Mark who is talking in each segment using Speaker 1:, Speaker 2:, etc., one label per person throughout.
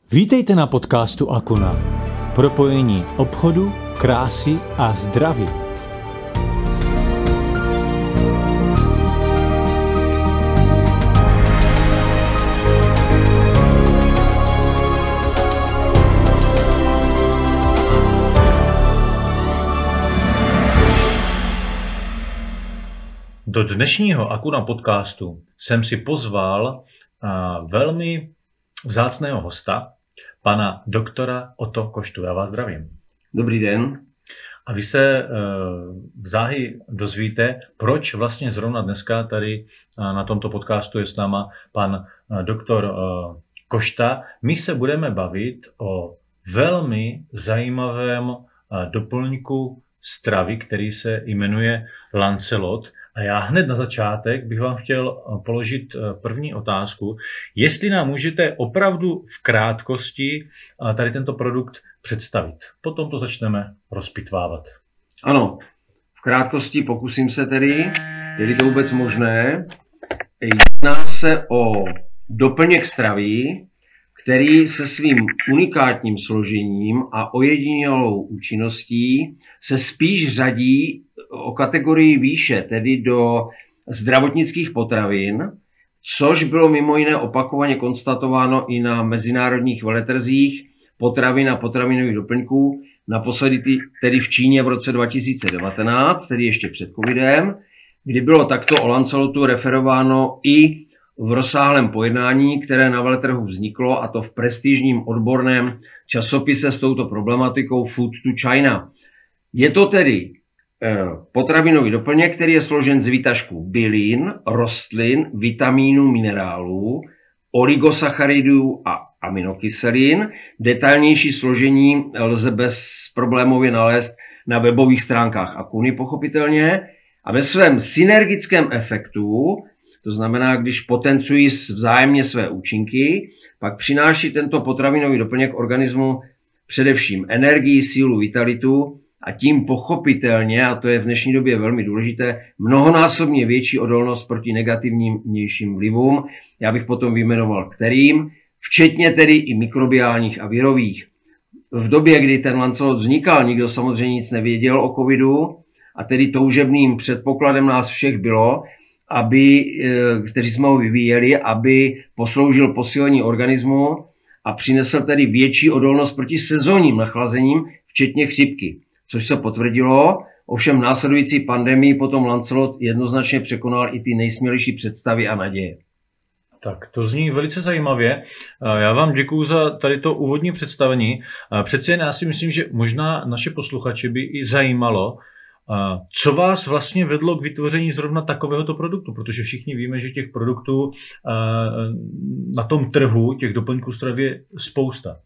Speaker 1: Vítejte na podcastu Akuna. Propojení obchodu, krásy a zdraví.
Speaker 2: Do dnešního Akuna podcastu jsem si pozval velmi vzácného hosta, pana doktora Otto Koštu. Já vás zdravím.
Speaker 3: Dobrý den.
Speaker 2: A vy se záhy dozvíte, proč vlastně zrovna dneska tady na tomto podcastu je s náma pan doktor Košta. My se budeme bavit o velmi zajímavém doplňku stravy, který se jmenuje Lancelot. A já hned na začátek bych vám chtěl položit první otázku. Jestli nám můžete opravdu v krátkosti tady tento produkt představit. Potom to začneme rozpitvávat.
Speaker 3: Ano, v krátkosti pokusím se tedy, je-li to vůbec možné. Jedná se o doplněk stravy, který se svým unikátním složením a ojedinělou účinností se spíš řadí o kategorii výše, tedy do zdravotnických potravin, což bylo mimo jiné opakovaně konstatováno i na mezinárodních veletrzích potravin a potravinových doplňků, naposledy tedy v Číně v roce 2019, tedy ještě před covidem, kdy bylo takto o Lancelotu referováno i v rozsáhlém pojednání, které na veletrhu vzniklo, a to v prestižním odborném časopise s touto problematikou Food to China. Je to tedy potravinový doplněk, který je složen z výtažků bylin, rostlin, vitamínů, minerálů, oligosacharidů a aminokyselin. Detailnější složení lze bezproblémově nalézt na webových stránkách Akuny, pochopitelně. A ve svém synergickém efektu, to znamená, když potencují vzájemně své účinky, pak přináší tento potravinový doplněk organismu především energii, sílu, vitalitu a tím pochopitelně, a to je v dnešní době velmi důležité, mnohonásobně větší odolnost proti negativním vnějším vlivům. Já bych potom vyjmenoval kterým, včetně tedy i mikrobiálních a virových. V době, kdy ten Lancelot vznikal, nikdo samozřejmě nic nevěděl o covidu a tedy toužebným předpokladem nás všech bylo, kteří jsme ho vyvíjeli, aby posloužil posílení organismu a přinesl tedy větší odolnost proti sezónním nachlazením, včetně chřipky. Což se potvrdilo, ovšem v následující pandemii potom Lancelot jednoznačně překonal i ty nejsmělejší představy a naděje.
Speaker 2: Tak to zní velice zajímavě. Já vám děkuju za tady to úvodní představení. Přece jen já si myslím, že možná naše posluchače by i zajímalo, co vás vlastně vedlo k vytvoření zrovna takovéhoto produktu, protože všichni víme, že těch produktů na tom trhu, těch doplňků stravy je spousta.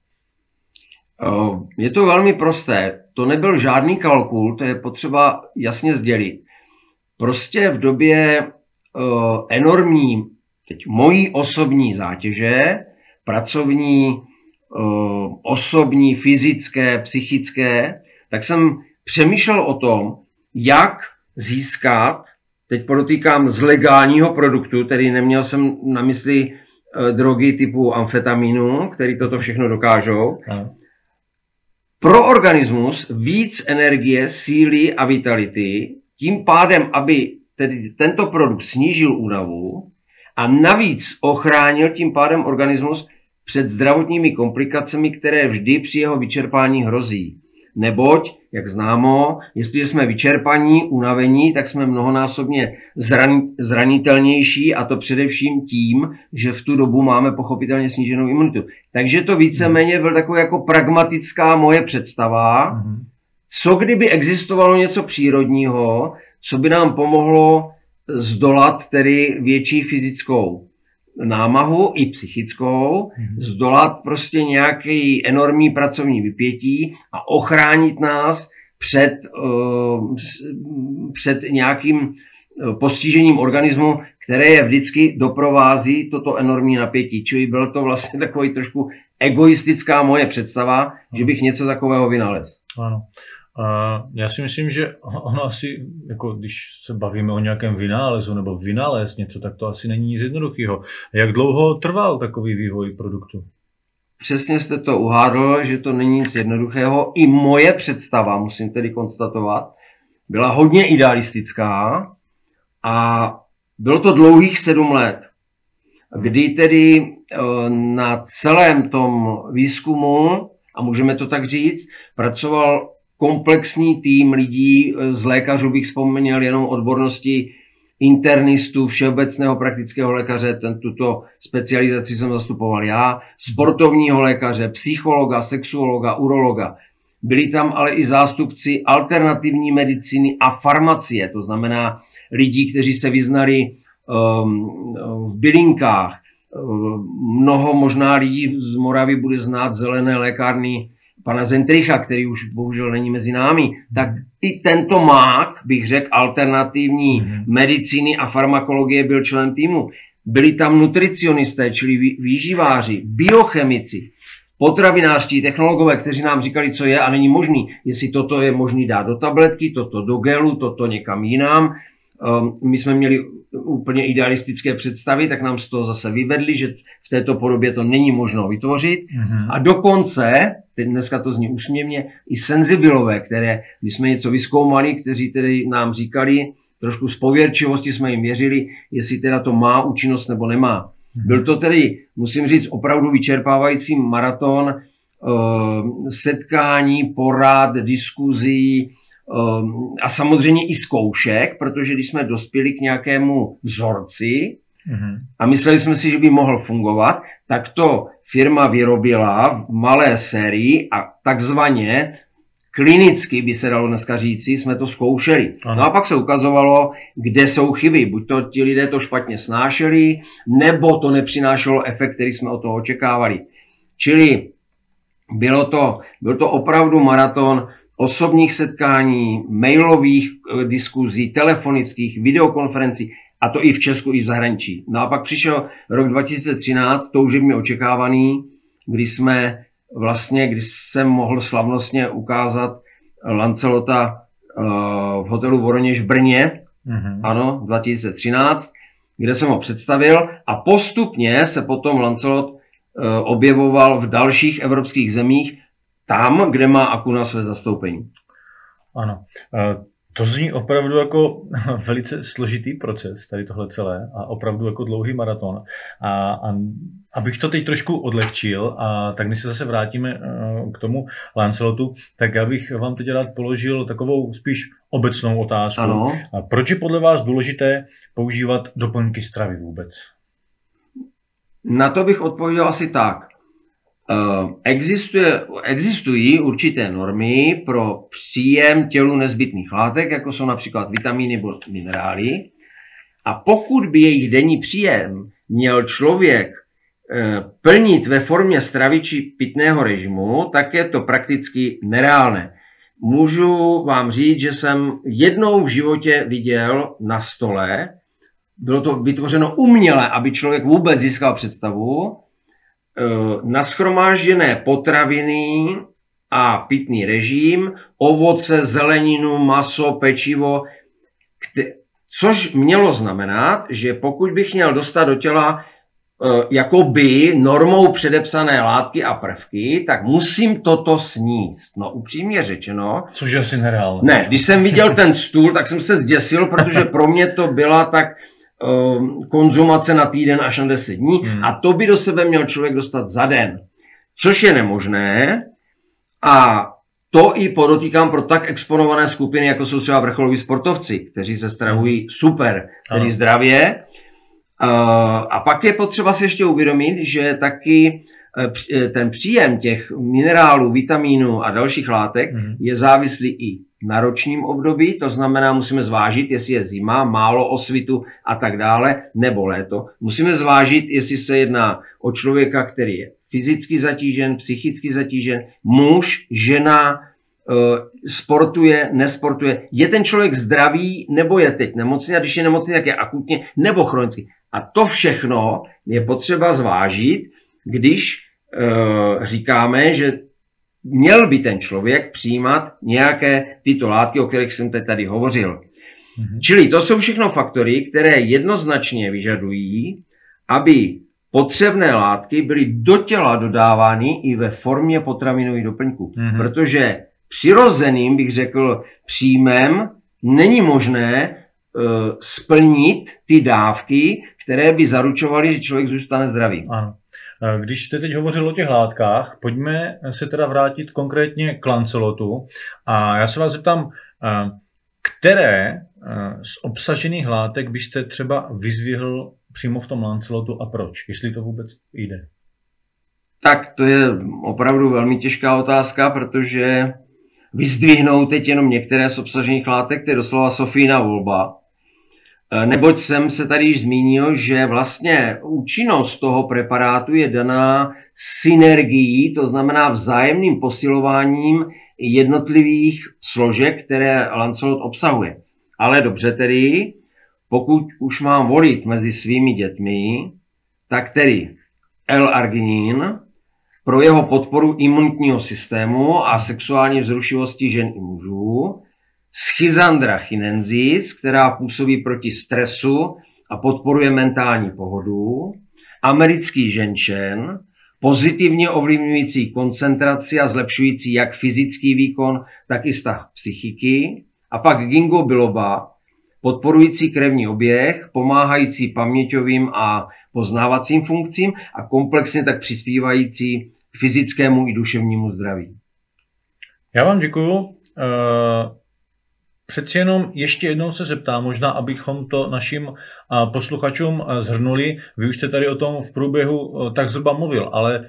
Speaker 3: Je to velmi prosté. To nebyl žádný kalkul, to je potřeba jasně sdělit. Prostě v době enormní, teď mojí osobní zátěže, pracovní, osobní, fyzické, psychické, tak jsem přemýšlel o tom, jak získat, teď podotýkám z legálního produktu, tedy neměl jsem na mysli drogy typu amfetamínu, který toto všechno dokážou, pro organismus víc energie, síly a vitality, tím pádem, aby tedy tento produkt snížil únavu a navíc ochránil tím pádem organismus před zdravotními komplikacemi, které vždy při jeho vyčerpání hrozí. Neboť, jak známo, jestliže jsme vyčerpaní, unavení, tak jsme mnohonásobně zranitelnější, a to především tím, že v tu dobu máme pochopitelně sníženou imunitu. Takže to víceméně byl takový jako pragmatická moje představa, co kdyby existovalo něco přírodního, co by nám pomohlo zdolat tedy větší fyzickou námahu i psychickou, zdolat prostě nějaký enormní pracovní vypětí a ochránit nás před nějakým postižením organismu, které je vždycky doprovází toto enormní napětí. Čili byl to vlastně takový trošku egoistická moje představa, že bych něco takového vynalezl.
Speaker 2: Ano. Já si myslím, že ono asi, jako když se bavíme o nějakém vynálezu nebo vynález něco, tak to asi není nic jednoduchého. Jak dlouho trval takový vývoj produktu?
Speaker 3: přesně jste to uhádl, že to není nic jednoduchého. I moje představa, musím tedy konstatovat, byla hodně idealistická a bylo to dlouhých 7 let, kdy tedy na celém tom výzkumu, a můžeme to tak říct, pracoval komplexní tým lidí, z lékařů bych vzpomněl jenom odbornosti internistů, všeobecného praktického lékaře, tuto specializaci jsem zastupoval já, sportovního lékaře, psychologa, sexuologa, urologa. Byli tam ale i zástupci alternativní medicíny a farmacie, to znamená lidí, kteří se vyznali v bylinkách. Mnoho možná lidí z Moravy bude znát zelené lékárny pana Zentricha, který už bohužel není mezi námi, tak i tento mák, bych řekl, alternativní medicíny a farmakologie byl člen týmu. Byli tam nutricionisté, čili výživáři, biochemici, potravinářští technologové, kteří nám říkali, co je a není možný, jestli toto je možný dát do tabletky, toto do gelu, toto někam jinam. My jsme měli úplně idealistické představy, tak nám z toho zase vyvedli, že v této podobě to není možno vytvořit. A dokonce, teď dneska to zní úsměvně, i senzibilové, které, když jsme něco vyzkoumali, kteří tedy nám říkali, trošku z pověrčivosti jsme jim věřili, jestli teda to má účinnost nebo nemá. Byl to tedy, musím říct, opravdu vyčerpávající maraton setkání, porad, diskuzí, a samozřejmě i zkoušek, protože když jsme dospěli k nějakému vzorci a mysleli jsme si, že by mohl fungovat, tak to firma vyrobila v malé sérii a takzvaně klinicky, by se dalo dneska říci, jsme to zkoušeli. No a pak se ukazovalo, kde jsou chyby. Buď to ti lidé to špatně snášeli, nebo to nepřinášelo efekt, který jsme od toho očekávali. Čili byl to opravdu maraton osobních setkání, mailových diskuzí, telefonických, videokonferencí, a to i v Česku, i v zahraničí. No a pak přišel rok 2013, toužebně očekávaný, kdy jsem mohl slavnostně ukázat Lancelota v hotelu Voroněž v Brně, ano, 2013, kde jsem ho představil a postupně se potom Lancelot objevoval v dalších evropských zemích, tam, kde má Akuna své zastoupení.
Speaker 2: Ano, to zní opravdu jako velice složitý proces, tady tohle celé, a opravdu jako dlouhý maraton. A abych to teď trošku odlehčil, tak my se zase vrátíme k tomu Lancelotu, tak já bych vám teď rád položil takovou spíš obecnou otázku.
Speaker 3: Ano.
Speaker 2: Proč je podle vás důležité používat doplňky stravy vůbec?
Speaker 3: Na to bych odpověděl asi tak. Existují určité normy pro příjem tělu nezbytných látek, jako jsou například vitamíny nebo minerály. A pokud by jejich denní příjem měl člověk plnit ve formě stravy či pitného režimu, tak je to prakticky nereálné. Můžu vám říct, že jsem jednou v životě viděl na stole, bylo to vytvořeno uměle, aby člověk vůbec získal představu, nashromážděné potraviny a pitný režim, ovoce, zeleninu, maso, pečivo, což mělo znamenat, že pokud bych měl dostat do těla jakoby normou předepsané látky a prvky, tak musím toto sníst. No upřímně řečeno.
Speaker 2: Což je asi nereálné.
Speaker 3: Ne, když jsem viděl ten stůl, tak jsem se zděsil, protože pro mě to byla tak konzumace na týden až na 10 dní a to by do sebe měl člověk dostat za den. Což je nemožné a to i podotýkám pro tak exponované skupiny, jako jsou třeba vrcholoví sportovci, kteří se stravují super, tedy zdravě. A pak je potřeba si ještě uvědomit, že taky ten příjem těch minerálů, vitamínů a dalších látek je závislý i na ročním období, to znamená, musíme zvážit, jestli je zima, málo osvitu a tak dále, nebo léto. Musíme zvážit, jestli se jedná o člověka, který je fyzicky zatížen, psychicky zatížen, muž, žena, sportuje, nesportuje. Je ten člověk zdravý, nebo je teď nemocný, a když je nemocný, tak je akutně nebo chronicky. A to všechno je potřeba zvážit, když říkáme, že měl by ten člověk přijímat nějaké tyto látky, o kterých jsem teď tady hovořil. Čili to jsou všechno faktory, které jednoznačně vyžadují, aby potřebné látky byly do těla dodávány i ve formě potravinových doplňků. Protože přirozeným, bych řekl, příjmem není možné splnit ty dávky, které by zaručovaly, že člověk zůstane zdravý.
Speaker 2: Ano. Když jste teď hovořil o těch látkách, pojďme se teda vrátit konkrétně k Lancelotu. A já se vás zeptám, které z obsažených látek byste třeba vyzdvihl přímo v tom Lancelotu a proč? Jestli to vůbec jde.
Speaker 3: Tak to je opravdu velmi těžká otázka, protože vyzdvihnout teď jenom některé z obsažených látek, to je doslova Sofína volba. Neboť jsem se tady již zmínil, že vlastně účinnost toho preparátu je daná synergií, to znamená vzájemným posilováním jednotlivých složek, které Lancelot obsahuje. Ale dobře tedy, pokud už mám volit mezi svými dětmi, tak tedy L-arginin pro jeho podporu imunitního systému a sexuální vzrušivosti žen i mužů, Schizandra chinensis, která působí proti stresu a podporuje mentální pohodu, americký ženšen, pozitivně ovlivňující koncentraci a zlepšující jak fyzický výkon, tak i stav psychiky, a pak ginkgo biloba, podporující krevní oběh, pomáhající paměťovým a poznávacím funkcím a komplexně tak přispívající k fyzickému i duševnímu zdraví.
Speaker 2: Já vám děkuju. Přeci jenom ještě jednou se zeptám, možná abychom to našim posluchačům shrnuli. Vy už jste tady o tom v průběhu tak zhruba mluvil, ale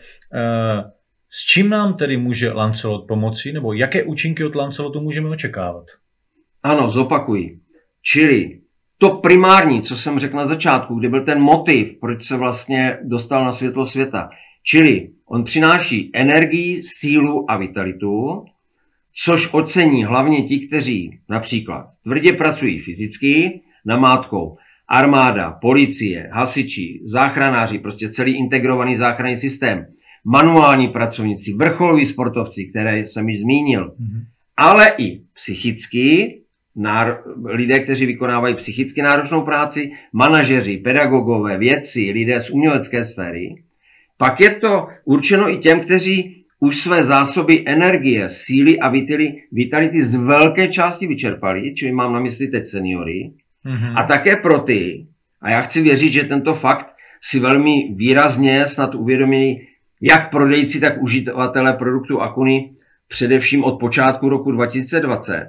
Speaker 2: s čím nám tedy může Lancelot pomoci, nebo jaké účinky od Lancelotu můžeme očekávat?
Speaker 3: Ano, zopakuji. Čili to primární, co jsem řekl na začátku, kde byl ten motiv, proč se vlastně dostal na světlo světa. Čili on přináší energii, sílu a vitalitu, což ocení hlavně ti, kteří například tvrdě pracují fyzicky, namátkou armáda, policie, hasiči, záchranáři, prostě celý integrovaný záchranný systém, manuální pracovníci, vrcholoví sportovci, které jsem již zmínil, ale i psychicky, lidé, kteří vykonávají psychicky náročnou práci, manažeři, pedagogové, vědci, lidé z umělecké sféry. Pak je to určeno i těm, kteří už své zásoby energie, síly a vitality z velké části vyčerpali, čili mám na mysli teď seniory, a také pro ty, a já chci věřit, že tento fakt si velmi výrazně snad uvědomí jak prodejci, tak uživatelé produktu Akuny, především od počátku roku 2020,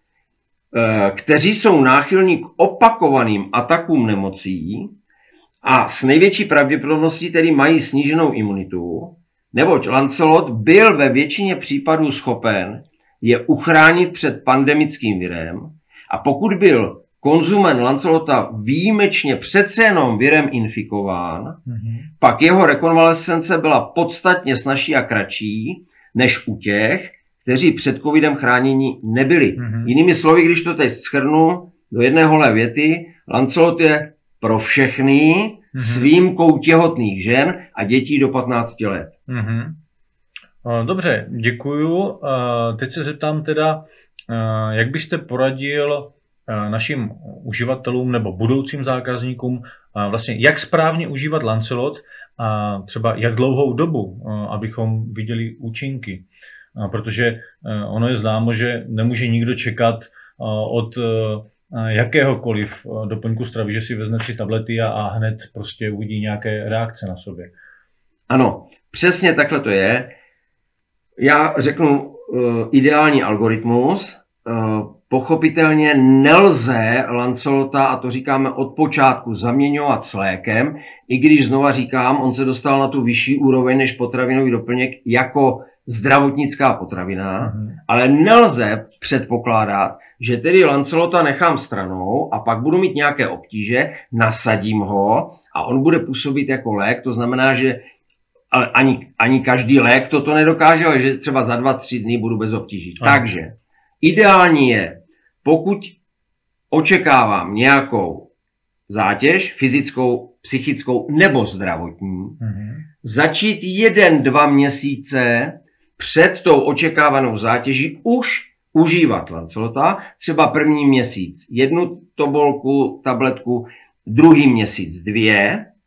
Speaker 3: kteří jsou náchylní k opakovaným atakům nemocí a s největší pravděpodobností tedy mají sníženou imunitu, neboť Lancelot byl ve většině případů schopen je uchránit před pandemickým virem, a pokud byl konzument Lancelota výjimečně přece jenom virem infikován, pak jeho rekonvalescence byla podstatně snazší a kratší než u těch, kteří před covidem chráněni nebyli. Jinými slovy, když to teď shrnu do jedné holé věty, Lancelot je pro všechny s výjimkou těhotných žen a dětí do 15 let.
Speaker 2: Dobře, děkuju. Teď se zeptám teda, jak byste poradil našim uživatelům nebo budoucím zákazníkům vlastně, jak správně užívat Lancelot a třeba jak dlouhou dobu, abychom viděli účinky. Protože ono je známo, že nemůže nikdo čekat od jakéhokoliv doplňku stravy, že si vezme 3 tablety a hned prostě uvidí nějaké reakce na sobě.
Speaker 3: Ano, přesně takhle to je. Já řeknu ideální algoritmus. Pochopitelně nelze Lancelota, a to říkáme od počátku, zaměňovat s lékem, i když znova říkám, on se dostal na tu vyšší úroveň než potravinový doplněk jako zdravotnická potravina, ale nelze předpokládat, že tedy Lancelota nechám stranou a pak budu mít nějaké obtíže, nasadím ho a on bude působit jako lék, to znamená, že ale ani každý lék toto nedokáže, ale že třeba za 2-3 dny budu bez obtíží. Takže ideální je, pokud očekávám nějakou zátěž, fyzickou, psychickou nebo zdravotní, začít 1-2 měsíce před tou očekávanou zátěží už užívat Lancelota, třeba první měsíc 1 tobolku, tabletku, druhý měsíc 2,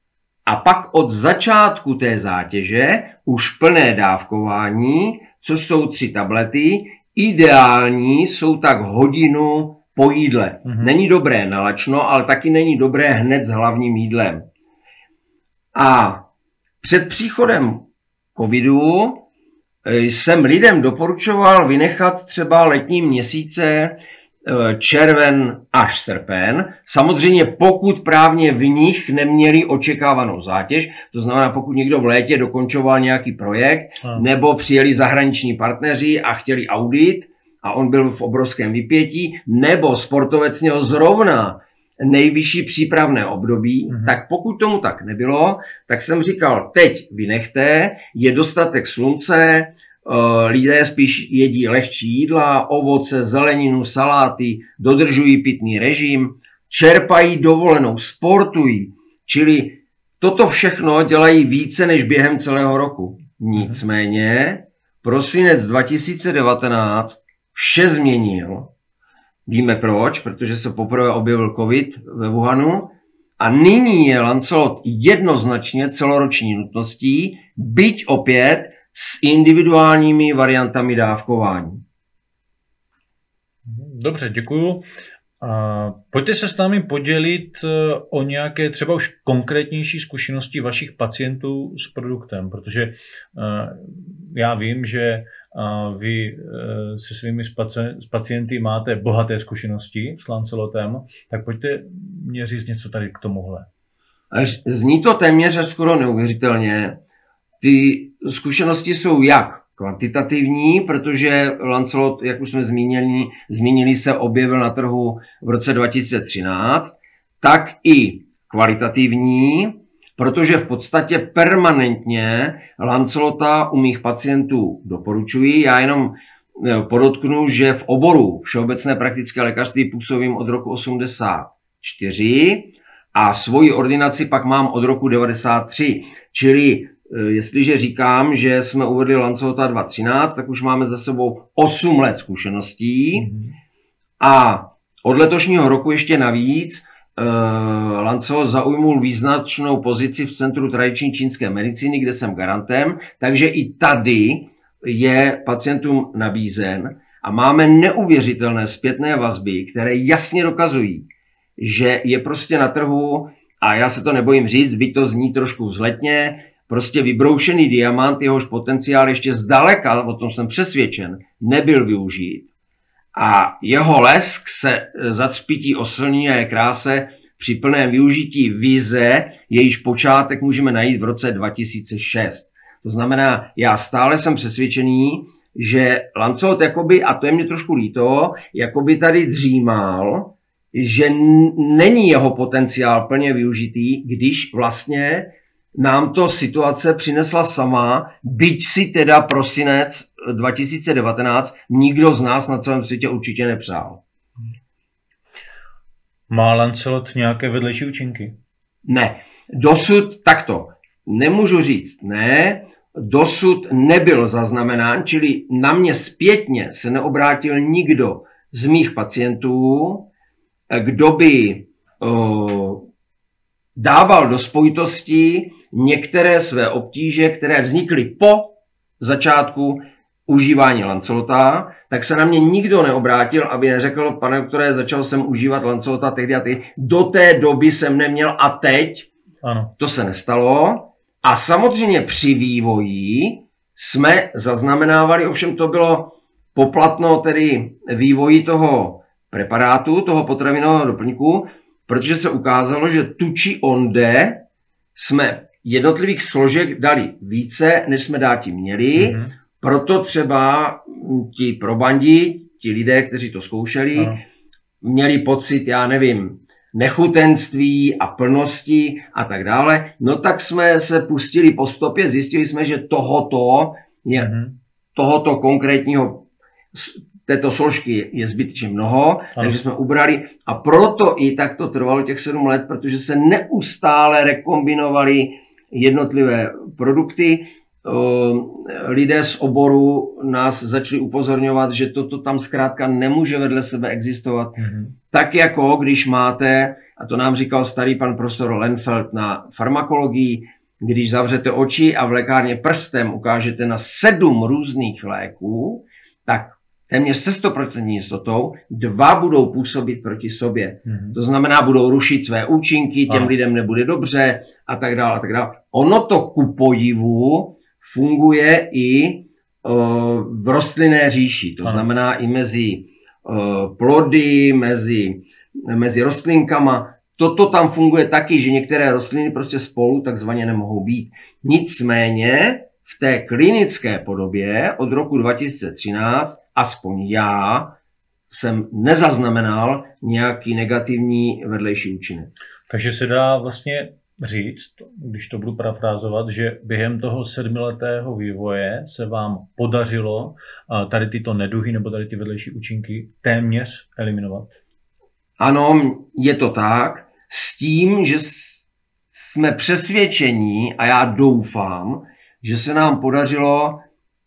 Speaker 3: A pak od začátku té zátěže už plné dávkování, což jsou 3 tablety, ideální jsou tak hodinu po jídle. Není dobré nalačno, ale taky není dobré hned s hlavním jídlem. A před příchodem covidu jsem lidem doporučoval vynechat třeba letní měsíce červen až srpen. Samozřejmě pokud právně v nich neměli očekávanou zátěž, to znamená pokud někdo v létě dokončoval nějaký projekt, nebo přijeli zahraniční partneři a chtěli audit a on byl v obrovském vypětí, nebo sportovec měl zrovna nejvyšší přípravné období, tak pokud tomu tak nebylo, tak jsem říkal, teď vynechte, je dostatek slunce, lidé spíš jedí lehčí jídla, ovoce, zeleninu, saláty, dodržují pitný režim, čerpají dovolenou, sportují, čili toto všechno dělají více než během celého roku. Nicméně prosinec 2019 vše změnil. Víme proč, protože se poprvé objevil covid ve Wuhanu a nyní je Lancelot jednoznačně celoroční nutností, byť opět s individuálními variantami dávkování.
Speaker 2: Dobře, děkuju. Pojďte se s námi podělit o nějaké třeba už konkrétnější zkušenosti vašich pacientů s produktem, protože já vím, že vy se svými pacienty máte bohaté zkušenosti s Lancelotem, tak pojďte mě říct něco tady k tomuhle.
Speaker 3: Zní to téměř skoro neuvěřitelně. Ty zkušenosti jsou jak kvantitativní, protože Lancelot, jak už jsme zmínili, se objevil na trhu v roce 2013, tak i kvalitativní, protože v podstatě permanentně Lancelota u mých pacientů doporučuji. Já jenom podotknu, že v oboru všeobecné praktické lékařství působím od roku 1984 a svoji ordinaci pak mám od roku 1993, čili jestliže říkám, že jsme uvedli Lancelota 2013, tak už máme za sebou 8 let zkušeností a od letošního roku ještě navíc Lancelot zaujmul význačnou pozici v Centru tradiční čínské medicíny, kde jsem garantem, takže i tady je pacientům nabízen a máme neuvěřitelné zpětné vazby, které jasně dokazují, že je prostě na trhu, a já se to nebojím říct, byť to zní trošku vzletně, prostě vybroušený diamant, jehož potenciál ještě zdaleka, o tom jsem přesvědčen, nebyl využít. A jeho lesk se zacpítí oslní a je kráse při plném využití vize, jejíž počátek můžeme najít v roce 2006. To znamená, já stále jsem přesvědčený, že Lancelot jakoby, a to je mě trošku líto, jakoby tady dřímal, že není jeho potenciál plně využitý, když vlastně nám to situace přinesla sama, byť si teda prosinec 2019 nikdo z nás na celém světě určitě nepřál.
Speaker 2: Má Lancelot nějaké vedlejší účinky?
Speaker 3: Ne. Dosud takto. Nemůžu říct ne. Dosud nebyl zaznamenán, čili na mě zpětně se neobrátil nikdo z mých pacientů, kdo by dával do spojitosti některé své obtíže, které vznikly po začátku užívání Lancelota, tak se na mě nikdo neobrátil, aby neřekl, pane doktore, začal jsem užívat Lancelota tehdy a ty. Do té doby jsem neměl a teď.
Speaker 2: Ano.
Speaker 3: To se nestalo. A samozřejmě při vývoji jsme zaznamenávali, ovšem to bylo poplatno tedy vývoji toho preparátu, toho potravinového doplňku, protože se ukázalo, že tu či onde jsme jednotlivých složek dali více, než jsme dáti měli. Proto třeba ti probandi, ti lidé, kteří to zkoušeli, měli pocit, já nevím, nechutenství a plnosti a tak dále. No tak jsme se pustili po stopě, zjistili jsme, že tohoto konkrétního této složky je zbytečně mnoho, takže jsme ubrali a proto i tak to trvalo těch 7 let, protože se neustále rekombinovaly jednotlivé produkty. lidé z oboru nás začali upozorňovat, že toto tam zkrátka nemůže vedle sebe existovat. Tak jako když máte, a to nám říkal starý pan profesor Lenfeld na farmakologii, když zavřete oči a v lékárně prstem ukážete na 7 různých léků, tak téměř se 100% jistotou 2 budou působit proti sobě. To znamená, budou rušit své účinky, těm lidem nebude dobře a tak dále a tak dále. Ono to ku podivu funguje i v rostlinné říši. To znamená i mezi plody, mezi rostlinkama. Toto tam funguje taky, že některé rostliny prostě spolu takzvaně nemohou být. Nicméně v té klinické podobě od roku 2013 aspoň já jsem nezaznamenal nějaký negativní vedlejší účinek.
Speaker 2: Takže se dá vlastně říct, když to budu parafrázovat, že během toho 7letého vývoje se vám podařilo tady tyto neduhy nebo tady ty vedlejší účinky téměř eliminovat?
Speaker 3: Ano, je to tak. S tím, že jsme přesvědčení a já doufám, že se nám podařilo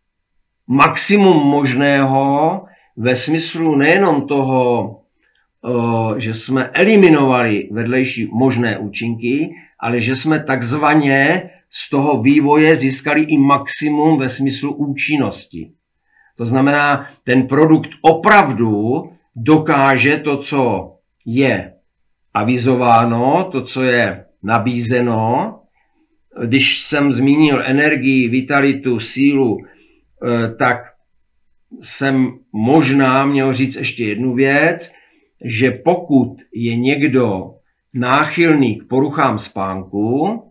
Speaker 3: maximum možného ve smyslu nejenom toho, že jsme eliminovali vedlejší možné účinky, ale že jsme takzvaně z toho vývoje získali i maximum ve smyslu účinnosti. To znamená, ten produkt opravdu dokáže to, co je avizováno, to, co je nabízeno. Když jsem zmínil energii, vitalitu, sílu, tak jsem možná měl říct ještě jednu věc, že pokud je někdo náchylný k poruchám spánku,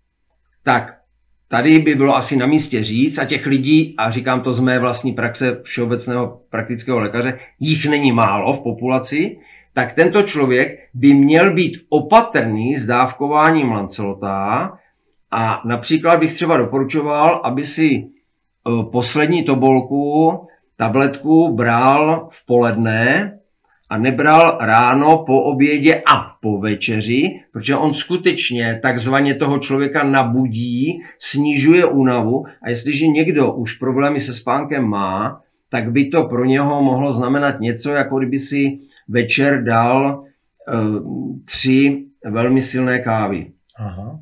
Speaker 3: tak tady by bylo asi na místě říct, a těch lidí, a říkám to z mé vlastní praxe všeobecného praktického lékaře, jich není málo v populaci, tak tento člověk by měl být opatrný s dávkováním Lancelota a například bych třeba doporučoval, aby si poslední tobolku, tabletku bral v poledne a nebral ráno, po obědě a po večeři, protože on skutečně takzvaně toho člověka nabudí, snižuje únavu a jestliže někdo už problémy se spánkem má, tak by to pro něho mohlo znamenat něco, jako kdyby si večer dal 3 velmi silné kávy.
Speaker 2: Aha.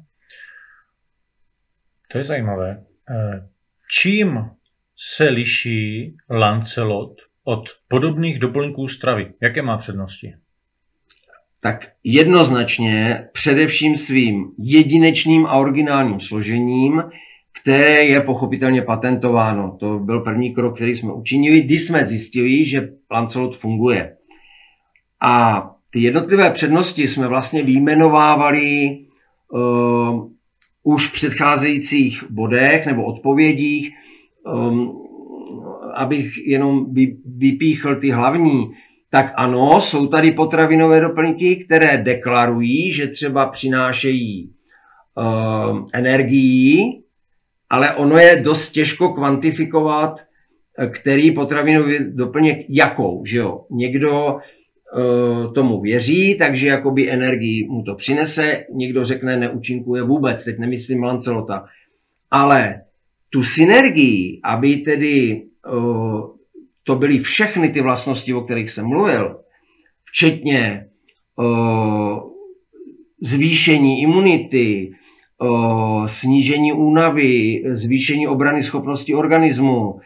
Speaker 2: To je zajímavé. Čím se liší Lancelot od podobných doplňků stravy? Jaké má přednosti?
Speaker 3: Tak jednoznačně především svým jedinečným a originálním složením, které je pochopitelně patentováno. To byl první krok, který jsme učinili, když jsme zjistili, že Lancelot funguje. A ty jednotlivé přednosti jsme vlastně vyjmenovávali už v předcházejících bodech nebo odpovědích, abych jenom vypíchl ty hlavní, tak ano, jsou tady potravinové doplňky, které deklarují, že třeba přinášejí energii, ale ono je dost těžko kvantifikovat, který potravinový doplněk jakou, že jo. Někdo tomu věří, takže jakoby energii mu to přinese, někdo řekne neúčinkuje vůbec, teď nemyslím Lancelota. Ale tu synergii, aby tedy to byly všechny ty vlastnosti, o kterých jsem mluvil, včetně zvýšení imunity, snížení únavy, zvýšení obrany schopnosti organismu,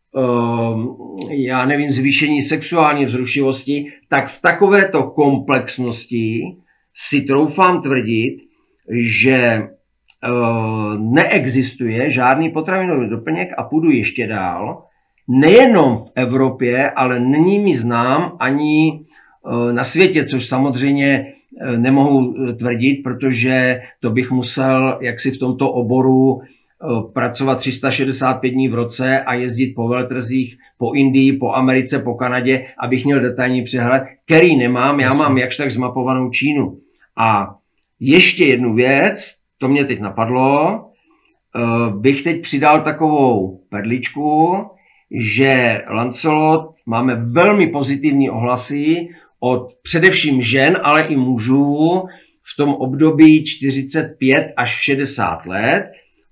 Speaker 3: já nevím, zvýšení sexuální vzrušivosti, tak v takovéto komplexnosti si troufám tvrdit, že neexistuje žádný potravinový doplněk a půjdu ještě dál. Nejenom v Evropě, ale není mi znám ani na světě, což samozřejmě nemohu tvrdit, protože to bych musel jaksi v tomto oboru pracovat 365 dní v roce a jezdit po veltrzích, po Indii, po Americe, po Kanadě, abych měl detailní přehled, který nemám. Já mám jakž tak zmapovanou Čínu. A ještě jednu věc, to mě teď napadlo, bych teď přidal takovou perličku, že Lancelot máme velmi pozitivní ohlasy od především žen, ale i mužů v tom období 45 až 60 let.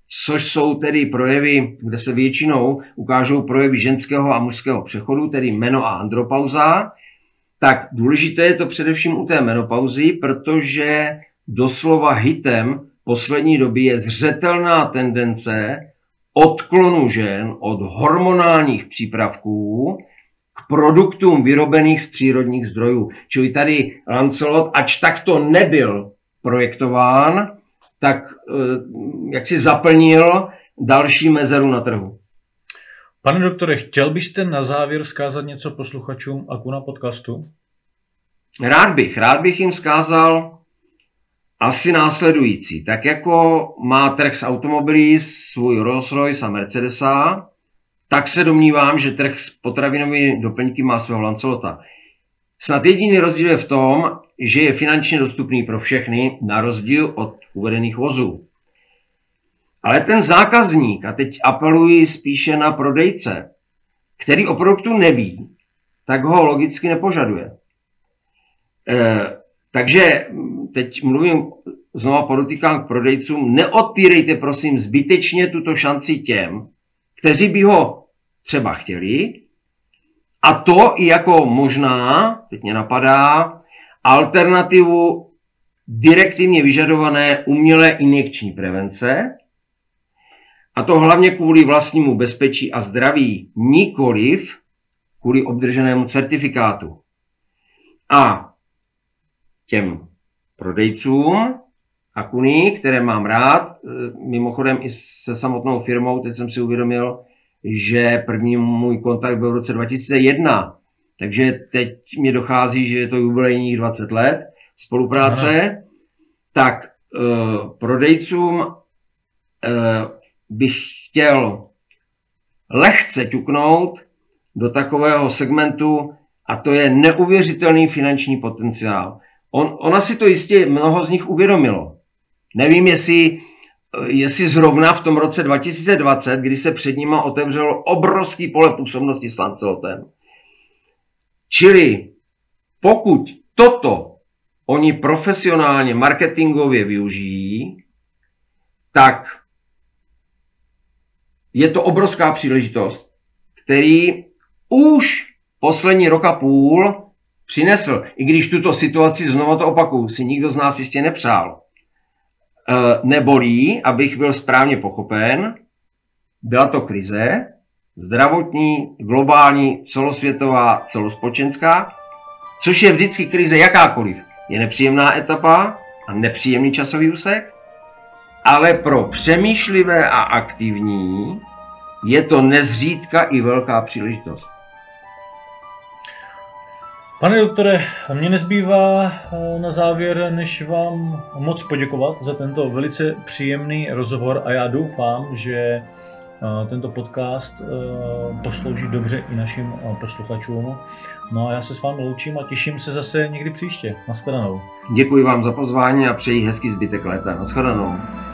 Speaker 3: což jsou tedy projevy, kde se většinou ukážou projevy ženského a mužského přechodu, tedy meno a andropauza, tak důležité je to především u té menopauzy, protože doslova hitem poslední doby je zřetelná tendence odklonu žen od hormonálních přípravků k produktům vyrobených z přírodních zdrojů. Čili tady Lancelot, ač takto nebyl projektován, tak jak si zaplnil další mezeru na trhu.
Speaker 2: Pane doktore, chtěl byste na závěr vzkázat něco posluchačům Akuna podcastu?
Speaker 3: Rád bych jim vzkázal asi následující. Tak jako má trh s automobily svůj Rolls Royce a Mercedesa, tak se domnívám, že trh s potravinovými doplňky má svého Lancelota. Snad jediný rozdíl je v tom, že je finančně dostupný pro všechny, na rozdíl od uvedených vozů. Ale ten zákazník, a teď apeluji spíše na prodejce, který o produktu neví, tak ho logicky nepožaduje. Takže teď mluvím, znova podotýkám k prodejcům, neodpírejte prosím zbytečně tuto šanci těm, kteří by ho třeba chtěli, a to i jako možná, teď mě napadá, alternativu direktivně vyžadované umělé injekční prevence, a to hlavně kvůli vlastnímu bezpečí a zdraví, nikoliv kvůli obdrženému certifikátu. A těm prodejcům Akuny, které mám rád, mimochodem i se samotnou firmou, teď jsem si uvědomil, že první můj kontakt byl v roce 2001, takže teď mi dochází, že je to jubilejních 20 let spolupráce, aha, tak prodejcům bych chtěl lehce ťuknout do takového segmentu, a to je neuvěřitelný finanční potenciál. Ona si to jistě mnoho z nich uvědomilo. Nevím, jestli zrovna v tom roce 2020, kdy se před nima otevřelo obrovský pole působnosti s Lancelotem. Čili pokud toto oni profesionálně marketingově využijí, tak je to obrovská příležitost, který už poslední rok a půl přinesl, i když tuto situaci, znovu to opakuju, si nikdo z nás jistě nepřál. Nebolí, abych byl správně pochopen, byla to krize, zdravotní, globální, celosvětová, celospolečenská, což je vždycky krize jakákoliv. Je nepříjemná etapa a nepříjemný časový úsek, ale pro přemýšlivé a aktivní je to nezřídka i velká příležitost.
Speaker 2: Pane doktore, mě nezbývá na závěr, než vám moc poděkovat za tento velice příjemný rozhovor a já doufám, že tento podcast poslouží dobře i našim posluchačům. No a já se s vámi loučím a těším se zase někdy příště. Nashledanou.
Speaker 3: Děkuji vám za pozvání a přeji hezký zbytek léta. Nashledanou.